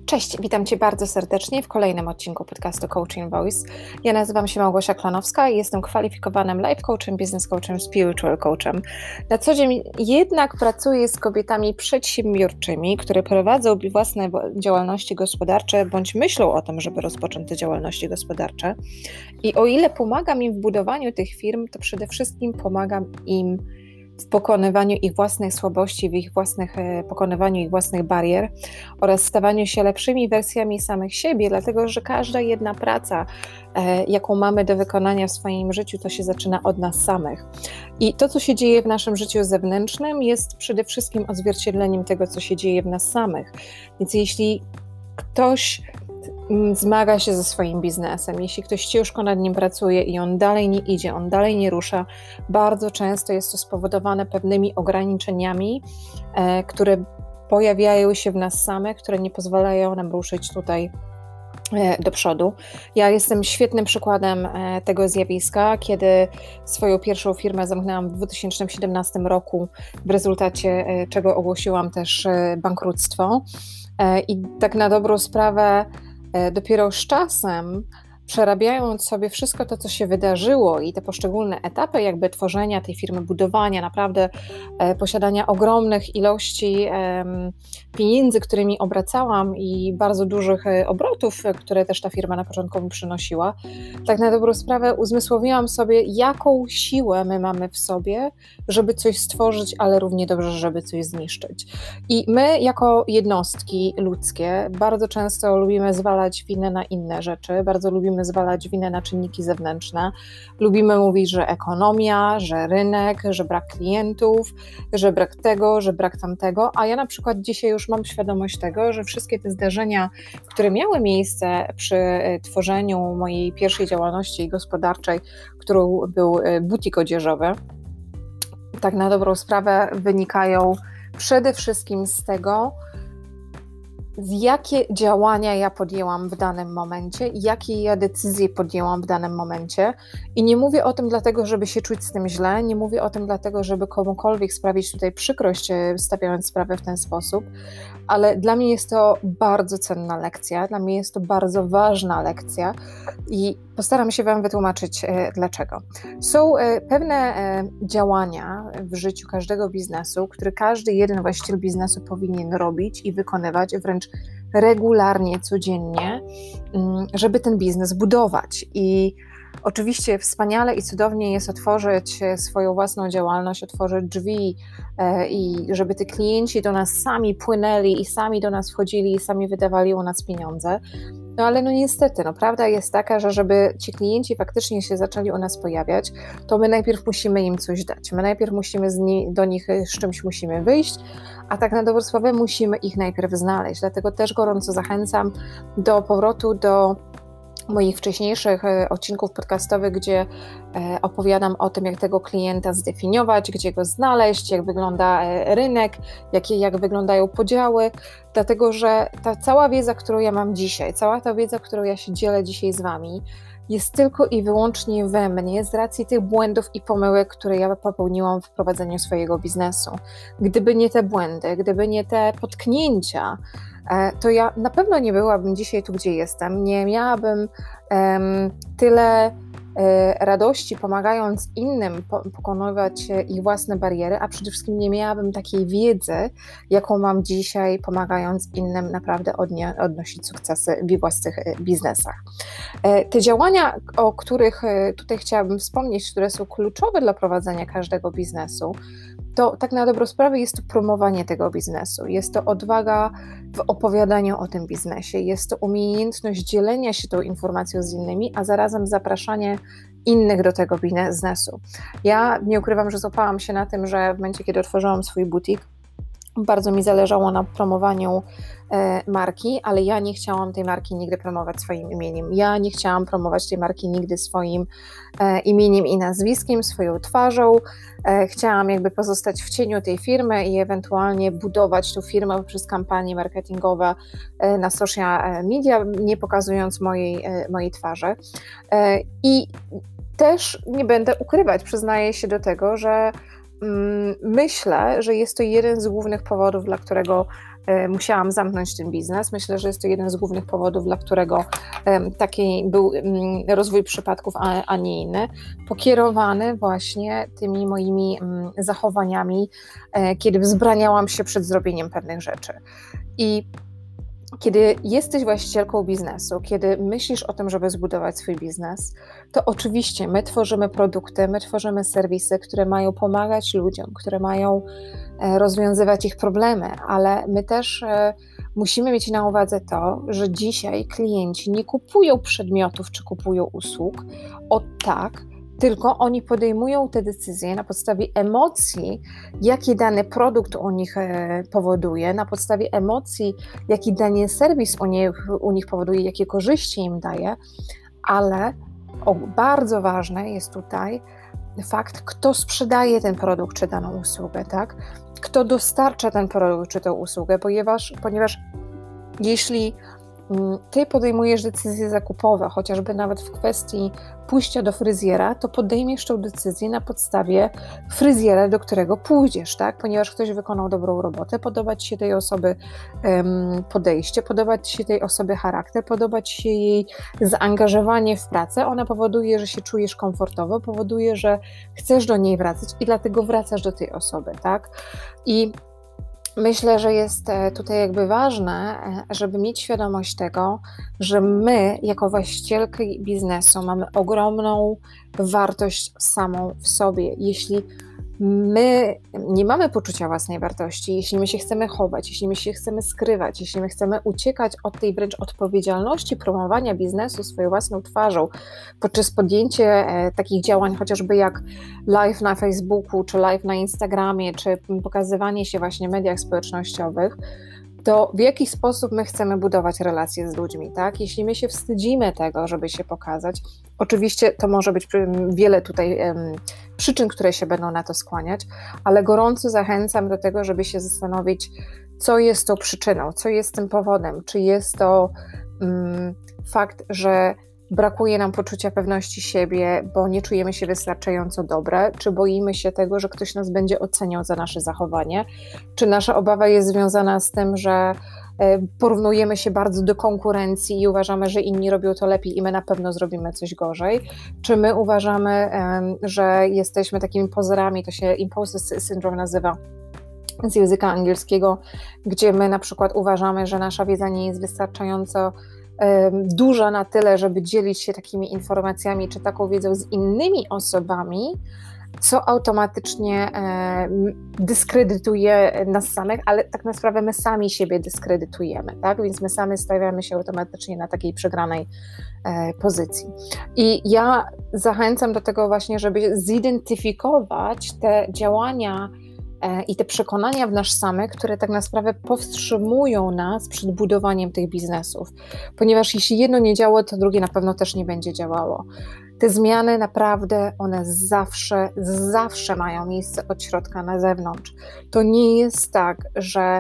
Cześć, witam Cię bardzo serdecznie w kolejnym odcinku podcastu Coaching Voice. Ja nazywam się Małgosia Klonowska i jestem kwalifikowanym life coachem, business coachem, spiritual coachem. Na co dzień jednak pracuję z kobietami przedsiębiorczymi, które prowadzą własne działalności gospodarcze bądź myślą o tym, żeby rozpocząć te działalności gospodarcze. I o ile pomagam im w budowaniu tych firm, to przede wszystkim pomagam im w pokonywaniu ich własnych słabości, pokonywaniu ich własnych barier oraz stawaniu się lepszymi wersjami samych siebie, dlatego że każda jedna praca, jaką mamy do wykonania w swoim życiu, to się zaczyna od nas samych. I to, co się dzieje w naszym życiu zewnętrznym, jest przede wszystkim odzwierciedleniem tego, co się dzieje w nas samych. Więc jeśli ktoś zmaga się ze swoim biznesem, jeśli ktoś ciężko nad nim pracuje i on dalej nie idzie, on dalej nie rusza, bardzo często jest to spowodowane pewnymi ograniczeniami, które pojawiają się w nas samych, które nie pozwalają nam ruszyć tutaj do przodu. Ja jestem świetnym przykładem tego zjawiska, kiedy swoją pierwszą firmę zamknęłam w 2017 roku, w rezultacie czego ogłosiłam też bankructwo. I tak na dobrą sprawę dopiero z czasem, przerabiając sobie wszystko to, co się wydarzyło i te poszczególne etapy jakby tworzenia tej firmy, budowania, naprawdę posiadania ogromnych ilości pieniędzy, którymi obracałam i bardzo dużych obrotów, które też ta firma na początku mi przynosiła, tak na dobrą sprawę uzmysłowiłam sobie, jaką siłę my mamy w sobie, żeby coś stworzyć, ale równie dobrze, żeby coś zniszczyć. I my jako jednostki ludzkie bardzo często lubimy zwalać winę na inne rzeczy, bardzo lubimy zwalać winę na czynniki zewnętrzne. Lubimy mówić, że ekonomia, że rynek, że brak klientów, że brak tego, że brak tamtego, a ja na przykład dzisiaj już mam świadomość tego, że wszystkie te zdarzenia, które miały miejsce przy tworzeniu mojej pierwszej działalności gospodarczej, którą był butik odzieżowy, tak na dobrą sprawę wynikają przede wszystkim z tego, jakie działania ja podjęłam w danym momencie, jakie ja decyzje podjęłam w danym momencie. I nie mówię o tym dlatego, żeby się czuć z tym źle, nie mówię o tym dlatego, żeby komukolwiek sprawić tutaj przykrość, stawiając sprawę w ten sposób, ale dla mnie jest to bardzo cenna lekcja, dla mnie jest to bardzo ważna lekcja i postaram się Wam wytłumaczyć dlaczego. Są pewne działania w życiu każdego biznesu, które każdy jeden właściciel biznesu powinien robić i wykonywać wręcz regularnie, codziennie, żeby ten biznes budować. I oczywiście wspaniale i cudownie jest otworzyć swoją własną działalność, otworzyć drzwi i żeby te klienci do nas sami płynęli i sami do nas wchodzili i sami wydawali u nas pieniądze. No ale niestety, prawda jest taka, że żeby ci klienci faktycznie się zaczęli u nas pojawiać, to my najpierw musimy im coś dać. My najpierw musimy do nich z czymś musimy wyjść, a tak na dobrą sprawę musimy ich najpierw znaleźć. Dlatego też gorąco zachęcam do powrotu do moich wcześniejszych odcinków podcastowych, gdzie opowiadam o tym, jak tego klienta zdefiniować, gdzie go znaleźć, jak wygląda rynek, jak wyglądają podziały, dlatego że ta cała wiedza, którą ja mam dzisiaj, cała ta wiedza, którą ja się dzielę dzisiaj z Wami, jest tylko i wyłącznie we mnie z racji tych błędów i pomyłek, które ja popełniłam w prowadzeniu swojego biznesu. Gdyby nie te błędy, gdyby nie te potknięcia, to ja na pewno nie byłabym dzisiaj tu, gdzie jestem, nie miałabym tyle radości pomagając innym pokonywać ich własne bariery, a przede wszystkim nie miałabym takiej wiedzy, jaką mam dzisiaj, pomagając innym naprawdę odnosić sukcesy w własnych biznesach. Te działania, o których tutaj chciałabym wspomnieć, które są kluczowe dla prowadzenia każdego biznesu, to tak na dobrą sprawę jest to promowanie tego biznesu, jest to odwaga w opowiadaniu o tym biznesie, jest to umiejętność dzielenia się tą informacją z innymi, a zarazem zapraszanie innych do tego biznesu. Ja nie ukrywam, że złapałam się na tym, że w momencie, kiedy otworzyłam swój butik, bardzo mi zależało na promowaniu marki, ale ja nie chciałam tej marki nigdy promować swoim imieniem. Ja nie chciałam promować tej marki nigdy swoim imieniem i nazwiskiem, swoją twarzą. Chciałam jakby pozostać w cieniu tej firmy i ewentualnie budować tą firmę poprzez kampanie marketingowe na social media, nie pokazując mojej twarzy. I też nie będę ukrywać, przyznaję się do tego, że myślę, że jest to jeden z głównych powodów, dla którego musiałam zamknąć ten biznes. Myślę, że jest to jeden z głównych powodów, dla którego taki był rozwój przypadków, a nie inny, pokierowany właśnie tymi moimi zachowaniami, kiedy wzbraniałam się przed zrobieniem pewnych rzeczy. I kiedy jesteś właścicielką biznesu, kiedy myślisz o tym, żeby zbudować swój biznes, to oczywiście my tworzymy produkty, my tworzymy serwisy, które mają pomagać ludziom, które mają rozwiązywać ich problemy, ale my też musimy mieć na uwadze to, że dzisiaj klienci nie kupują przedmiotów czy kupują usług od tak, tylko oni podejmują te decyzje na podstawie emocji, jaki dany produkt u nich powoduje, na podstawie emocji, jaki dany serwis u nich powoduje, jakie korzyści im daje, ale bardzo ważny jest tutaj fakt, kto sprzedaje ten produkt czy daną usługę, tak? Kto dostarcza ten produkt czy tę usługę, ponieważ jeśli ty podejmujesz decyzje zakupowe, chociażby nawet w kwestii pójścia do fryzjera, to podejmiesz tę decyzję na podstawie fryzjera, do którego pójdziesz, tak? Ponieważ ktoś wykonał dobrą robotę, podoba ci się tej osoby podejście, podoba ci się tej osoby charakter, podoba ci się jej zaangażowanie w pracę, ona powoduje, że się czujesz komfortowo, powoduje, że chcesz do niej wracać i dlatego wracasz do tej osoby, tak? I myślę, że jest tutaj jakby ważne, żeby mieć świadomość tego, że my jako właścicielki biznesu mamy ogromną wartość samą w sobie. Jeśli my nie mamy poczucia własnej wartości, jeśli my się chcemy chować, jeśli my się chcemy skrywać, jeśli my chcemy uciekać od tej wręcz odpowiedzialności promowania biznesu swoją własną twarzą, podczas podjęcie takich działań chociażby jak live na Facebooku, czy live na Instagramie, czy pokazywanie się właśnie w mediach społecznościowych, to w jaki sposób my chcemy budować relacje z ludźmi, tak? Jeśli my się wstydzimy tego, żeby się pokazać, oczywiście to może być wiele tutaj przyczyn, które się będą na to skłaniać, ale gorąco zachęcam do tego, żeby się zastanowić, co jest tą przyczyną, co jest tym powodem, czy jest to fakt, że brakuje nam poczucia pewności siebie, bo nie czujemy się wystarczająco dobre, czy boimy się tego, że ktoś nas będzie oceniał za nasze zachowanie, czy nasza obawa jest związana z tym, że porównujemy się bardzo do konkurencji i uważamy, że inni robią to lepiej i my na pewno zrobimy coś gorzej, czy my uważamy, że jesteśmy takimi pozerami, to się imposter syndrome nazywa z języka angielskiego, gdzie my na przykład uważamy, że nasza wiedza nie jest wystarczająco duża na tyle, żeby dzielić się takimi informacjami czy taką wiedzą z innymi osobami, co automatycznie dyskredytuje nas samych, ale tak na sprawę my sami siebie dyskredytujemy, tak? Więc my sami stawiamy się automatycznie na takiej przegranej pozycji. I ja zachęcam do tego właśnie, żeby zidentyfikować te działania i te przekonania w nas samych, które tak naprawdę powstrzymują nas przed budowaniem tych biznesów. Ponieważ jeśli jedno nie działa, to drugie na pewno też nie będzie działało. Te zmiany naprawdę, one zawsze mają miejsce od środka na zewnątrz. To nie jest tak, że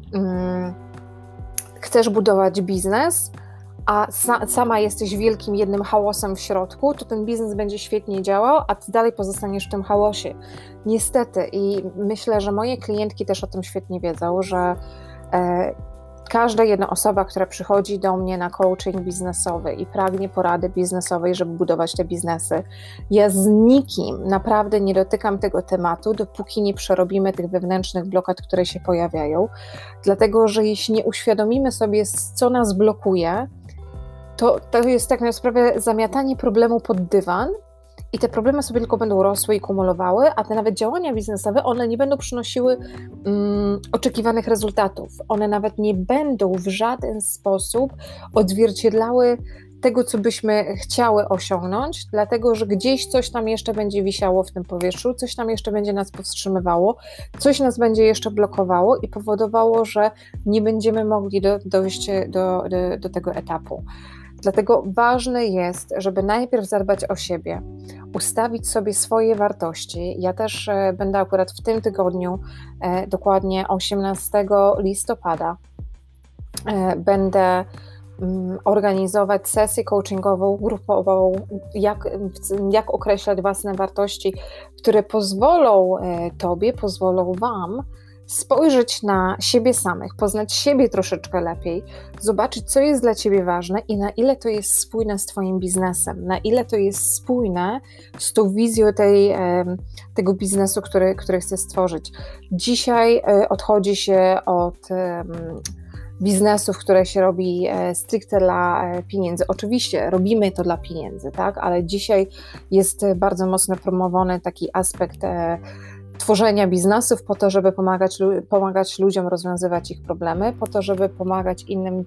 chcesz budować biznes, a sama jesteś wielkim jednym hałasem w środku, to ten biznes będzie świetnie działał, a ty dalej pozostaniesz w tym hałasie. Niestety, i myślę, że moje klientki też o tym świetnie wiedzą, że każda jedna osoba, która przychodzi do mnie na coaching biznesowy i pragnie porady biznesowej, żeby budować te biznesy, ja z nikim naprawdę nie dotykam tego tematu, dopóki nie przerobimy tych wewnętrznych blokad, które się pojawiają, dlatego, że jeśli nie uświadomimy sobie, co nas blokuje, to jest tak na sprawę zamiatanie problemu pod dywan i te problemy sobie tylko będą rosły i kumulowały, a te nawet działania biznesowe, one nie będą przynosiły oczekiwanych rezultatów. One nawet nie będą w żaden sposób odzwierciedlały tego, co byśmy chciały osiągnąć, dlatego, że gdzieś coś tam jeszcze będzie wisiało w tym powietrzu, coś tam jeszcze będzie nas powstrzymywało, coś nas będzie jeszcze blokowało i powodowało, że nie będziemy mogli dojść do tego etapu. Dlatego ważne jest, żeby najpierw zadbać o siebie, ustawić sobie swoje wartości. Ja też będę akurat w tym tygodniu, dokładnie 18 listopada, będę organizować sesję coachingową, grupową, jak określać własne wartości, które pozwolą Tobie, pozwolą Wam spojrzeć na siebie samych, poznać siebie troszeczkę lepiej, zobaczyć, co jest dla Ciebie ważne i na ile to jest spójne z Twoim biznesem, na ile to jest spójne z tą wizją tego biznesu, który chcesz stworzyć. Dzisiaj odchodzi się od biznesów, które się robi stricte dla pieniędzy. Oczywiście robimy to dla pieniędzy, tak? Ale dzisiaj jest bardzo mocno promowany taki aspekt tworzenia biznesów po to, żeby pomagać ludziom rozwiązywać ich problemy, po to, żeby pomagać innym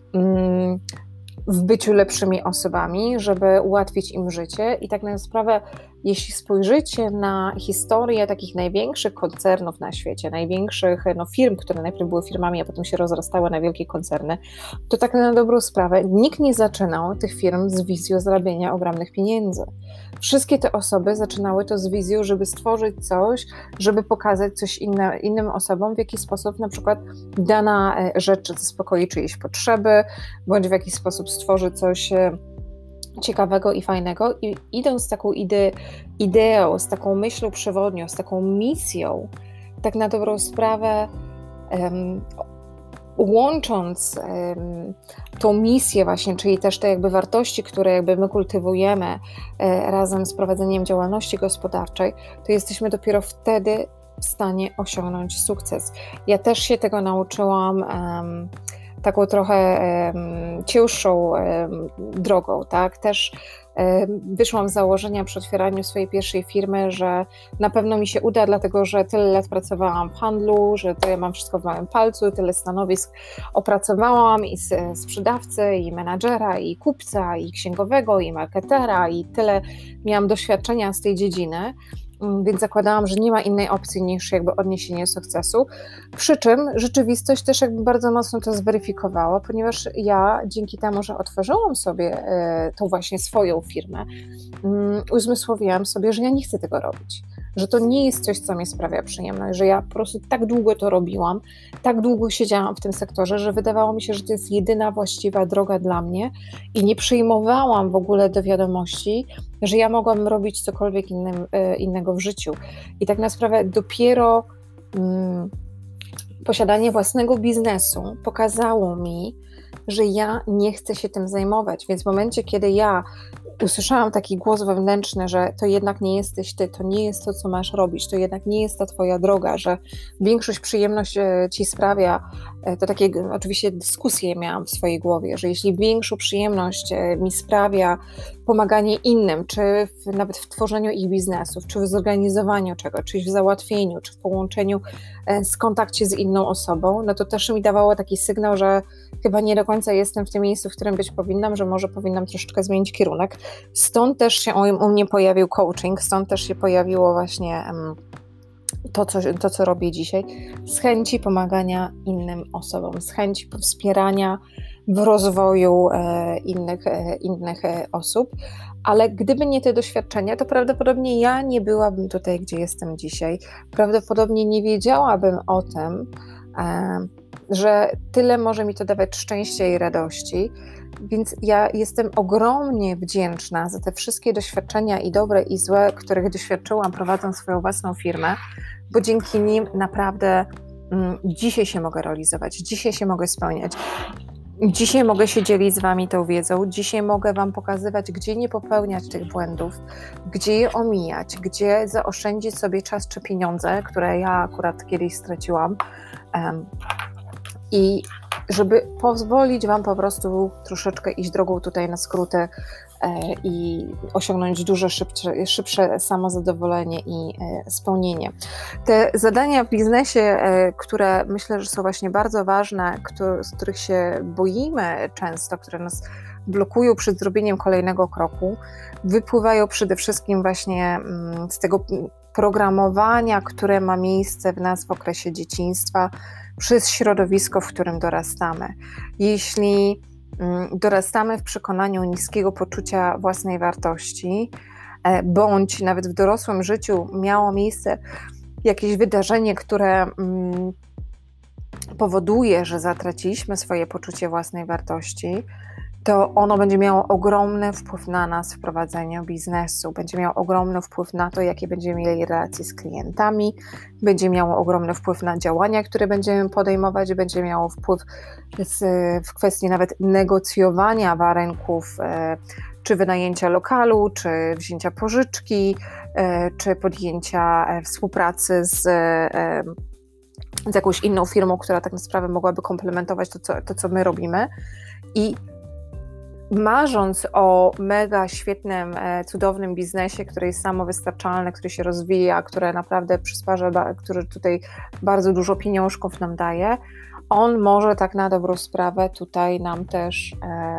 w byciu lepszymi osobami, żeby ułatwić im życie. I tak na sprawę, jeśli spojrzycie na historię takich największych koncernów na świecie, największych firm, które najpierw były firmami, a potem się rozrastały na wielkie koncerny, to tak na dobrą sprawę nikt nie zaczynał tych firm z wizją zarabiania ogromnych pieniędzy. Wszystkie te osoby zaczynały to z wizją, żeby stworzyć coś, żeby pokazać coś innym osobom, w jaki sposób na przykład dana rzecz zaspokoi czyjeś potrzeby, bądź w jaki sposób stworzy coś ciekawego i fajnego. I idąc z taką ideą, z taką myślą przewodnią, z taką misją, tak na dobrą sprawę, łącząc tą misję właśnie, czyli też te jakby wartości, które jakby my kultywujemy razem z prowadzeniem działalności gospodarczej, to jesteśmy dopiero wtedy w stanie osiągnąć sukces. Ja też się tego nauczyłam taką trochę cięższą drogą, tak? Też wyszłam z założenia przy otwieraniu swojej pierwszej firmy, że na pewno mi się uda, dlatego że tyle lat pracowałam w handlu, że to ja mam wszystko w małym palcu, tyle stanowisk opracowałam i sprzedawcy, i menadżera, i kupca, i księgowego, i marketera, i tyle miałam doświadczenia z tej dziedziny, więc zakładałam, że nie ma innej opcji niż jakby odniesienie sukcesu, przy czym rzeczywistość też jakby bardzo mocno to zweryfikowała, ponieważ ja dzięki temu, że otworzyłam sobie tą właśnie swoją firmę, uzmysłowiłam sobie, że ja nie chcę tego robić, że to nie jest coś, co mi sprawia przyjemność, że ja po prostu tak długo to robiłam, tak długo siedziałam w tym sektorze, że wydawało mi się, że to jest jedyna właściwa droga dla mnie i nie przyjmowałam w ogóle do wiadomości, że ja mogłam robić cokolwiek innego w życiu. I tak na sprawę dopiero posiadanie własnego biznesu pokazało mi, że ja nie chcę się tym zajmować, więc w momencie, kiedy ja usłyszałam taki głos wewnętrzny, że to jednak nie jesteś ty, to nie jest to, co masz robić, to jednak nie jest ta twoja droga, że większość przyjemność ci sprawia, to takie oczywiście dyskusje miałam w swojej głowie, że jeśli większą przyjemność mi sprawia pomaganie innym, czy nawet w tworzeniu ich biznesów, czy w zorganizowaniu czegoś, czy w załatwieniu, czy w połączeniu z kontakcie z inną osobą, no to też mi dawało taki sygnał, że chyba nie do końca jestem w tym miejscu, w którym być powinnam, że może powinnam troszeczkę zmienić kierunek. Stąd też się u mnie pojawił coaching, stąd też się pojawiło właśnie to, co robię dzisiaj, z chęci pomagania innym osobom, z chęci wspierania w rozwoju innych osób, ale gdyby nie te doświadczenia, to prawdopodobnie ja nie byłabym tutaj, gdzie jestem dzisiaj. Prawdopodobnie nie wiedziałabym o tym, że tyle może mi to dawać szczęścia i radości, więc ja jestem ogromnie wdzięczna za te wszystkie doświadczenia i dobre i złe, których doświadczyłam prowadząc swoją własną firmę, bo dzięki nim naprawdę dzisiaj się mogę realizować, dzisiaj się mogę spełniać. Dzisiaj mogę się dzielić z Wami tą wiedzą, dzisiaj mogę Wam pokazywać, gdzie nie popełniać tych błędów, gdzie je omijać, gdzie zaoszczędzić sobie czas czy pieniądze, które ja akurat kiedyś straciłam, i żeby pozwolić Wam po prostu troszeczkę iść drogą tutaj na skróty i osiągnąć dużo szybsze samozadowolenie i spełnienie. Te zadania w biznesie, które myślę, że są właśnie bardzo ważne, z których się boimy często, które nas blokują przed zrobieniem kolejnego kroku, wypływają przede wszystkim właśnie z tego programowania, które ma miejsce w nas w okresie dzieciństwa, przez środowisko, w którym dorastamy. Jeśli dorastamy w przekonaniu niskiego poczucia własnej wartości, bądź nawet w dorosłym życiu miało miejsce jakieś wydarzenie, które powoduje, że zatraciliśmy swoje poczucie własnej wartości, to ono będzie miało ogromny wpływ na nas w prowadzeniu biznesu, będzie miało ogromny wpływ na to, jakie będziemy mieli relacje z klientami, będzie miało ogromny wpływ na działania, które będziemy podejmować, będzie miało wpływ w kwestii nawet negocjowania warunków, czy wynajęcia lokalu, czy wzięcia pożyczki, czy podjęcia współpracy z jakąś inną firmą, która tak naprawdę mogłaby komplementować to, co my robimy. I marząc o mega świetnym, cudownym biznesie, który jest samowystarczalny, który się rozwija, który naprawdę przysparza, który tutaj bardzo dużo pieniążków nam daje, on może tak na dobrą sprawę tutaj nam też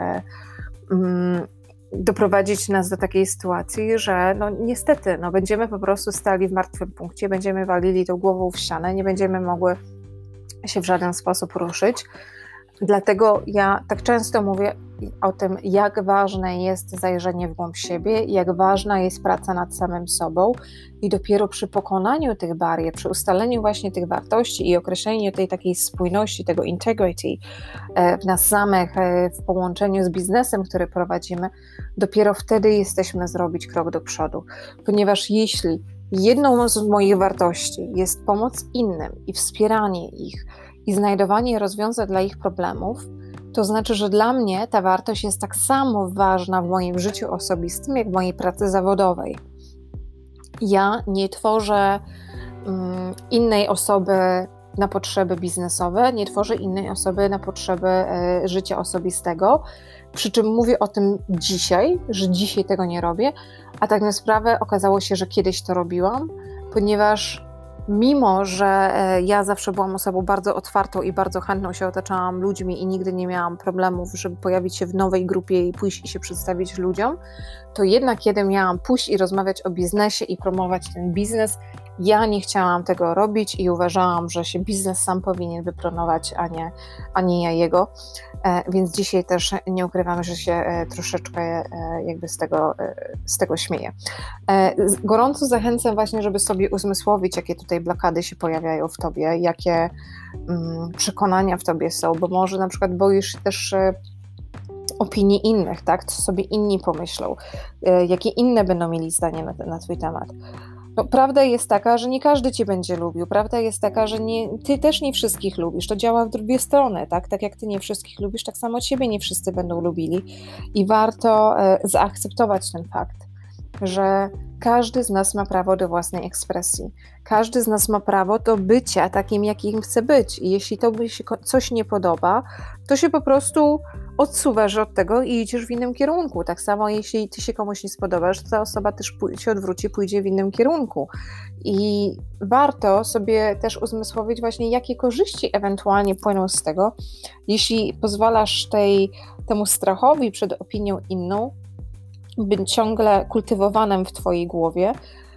doprowadzić nas do takiej sytuacji, że no niestety będziemy po prostu stali w martwym punkcie, będziemy walili tą głową w ścianę, nie będziemy mogły się w żaden sposób ruszyć. Dlatego ja tak często mówię o tym, jak ważne jest zajrzenie w głąb siebie, jak ważna jest praca nad samym sobą i dopiero przy pokonaniu tych barier, przy ustaleniu właśnie tych wartości i określeniu tej takiej spójności, tego integrity w nas samych, w połączeniu z biznesem, który prowadzimy, dopiero wtedy jesteśmy zrobić krok do przodu. Ponieważ jeśli jedną z moich wartości jest pomoc innym i wspieranie ich, i znajdowanie rozwiązań dla ich problemów, to znaczy, że dla mnie ta wartość jest tak samo ważna w moim życiu osobistym, jak w mojej pracy zawodowej. Ja nie tworzę innej osoby na potrzeby biznesowe, nie tworzę innej osoby na potrzeby życia osobistego, przy czym mówię o tym dzisiaj, że dzisiaj tego nie robię, a tak na sprawę okazało się, że kiedyś to robiłam, ponieważ mimo że ja zawsze byłam osobą bardzo otwartą i bardzo chętną się otaczałam ludźmi i nigdy nie miałam problemów, żeby pojawić się w nowej grupie i pójść i się przedstawić ludziom, to jednak kiedy miałam pójść i rozmawiać o biznesie i promować ten biznes, ja nie chciałam tego robić i uważałam, że się biznes sam powinien wypromować, a nie ja jego. Więc dzisiaj też nie ukrywam, że się troszeczkę jakby z tego śmieję. Gorąco zachęcam właśnie, żeby sobie uzmysłowić, jakie tutaj blokady się pojawiają w tobie, jakie przekonania w tobie są, bo może na przykład boisz się też opinii innych, tak? Co sobie inni pomyślą, jakie inne będą mieli zdanie na twój temat. No, prawda jest taka, że nie każdy cię będzie lubił. Prawda jest taka, że ty też nie wszystkich lubisz. To działa w dwie strony, tak? Tak jak ty nie wszystkich lubisz, tak samo ciebie nie wszyscy będą lubili. I warto zaakceptować ten fakt, że każdy z nas ma prawo do własnej ekspresji. Każdy z nas ma prawo do bycia takim, jakim chce być. I jeśli tobie się coś nie podoba, to się po prostu odsuwasz od tego i idziesz w innym kierunku. Tak samo jeśli ty się komuś nie spodobasz, to ta osoba też się odwróci, pójdzie w innym kierunku. I warto sobie też uzmysłowić właśnie, jakie korzyści ewentualnie płyną z tego, jeśli pozwalasz temu strachowi przed opinią inną być ciągle kultywowanym w twojej głowie,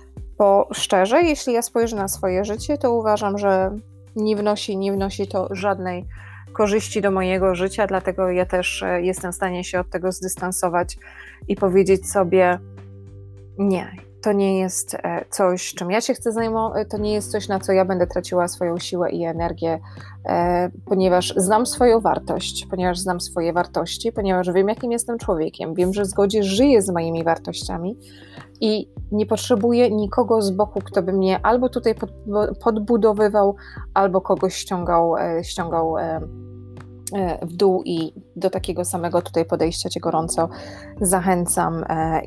bo szczerze, jeśli ja spojrzę na swoje życie, to uważam, że nie wnosi to żadnej korzyści do mojego życia, dlatego ja też jestem w stanie się od tego zdystansować i powiedzieć sobie, nie, to nie jest coś, czym ja się chcę zajmować, to nie jest coś, na co ja będę traciła swoją siłę i energię, ponieważ znam swoją wartość, ponieważ znam swoje wartości, ponieważ wiem, jakim jestem człowiekiem, wiem, że w zgodzie żyję z moimi wartościami i nie potrzebuję nikogo z boku, kto by mnie albo tutaj podbudowywał, albo kogoś ściągał w dół i do takiego samego tutaj podejścia cię gorąco zachęcam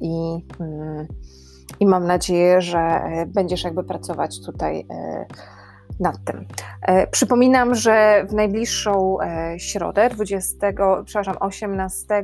i mam nadzieję, że będziesz jakby pracować tutaj nad tym. Przypominam, że w najbliższą środę, 18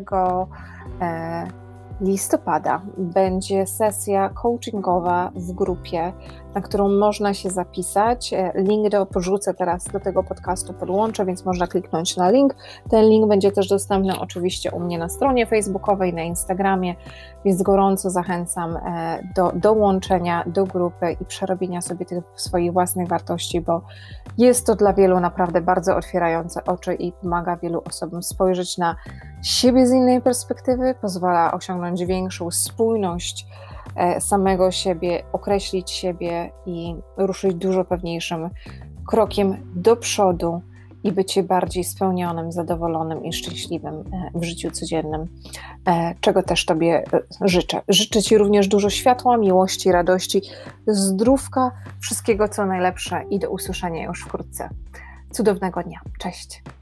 listopada będzie sesja coachingowa w grupie, na którą można się zapisać. Link porzucę teraz do tego podcastu, podłączę, więc można kliknąć na link. Ten link będzie też dostępny oczywiście u mnie na stronie facebookowej, na Instagramie, więc gorąco zachęcam do dołączenia do grupy i przerobienia sobie tych swoich własnych wartości, bo jest to dla wielu naprawdę bardzo otwierające oczy i pomaga wielu osobom spojrzeć na siebie z innej perspektywy, pozwala osiągnąć większą spójność samego siebie, określić siebie i ruszyć dużo pewniejszym krokiem do przodu i bycie bardziej spełnionym, zadowolonym i szczęśliwym w życiu codziennym, czego też Tobie życzę. Życzę Ci również dużo światła, miłości, radości, zdrówka, wszystkiego co najlepsze i do usłyszenia już wkrótce. Cudownego dnia. Cześć.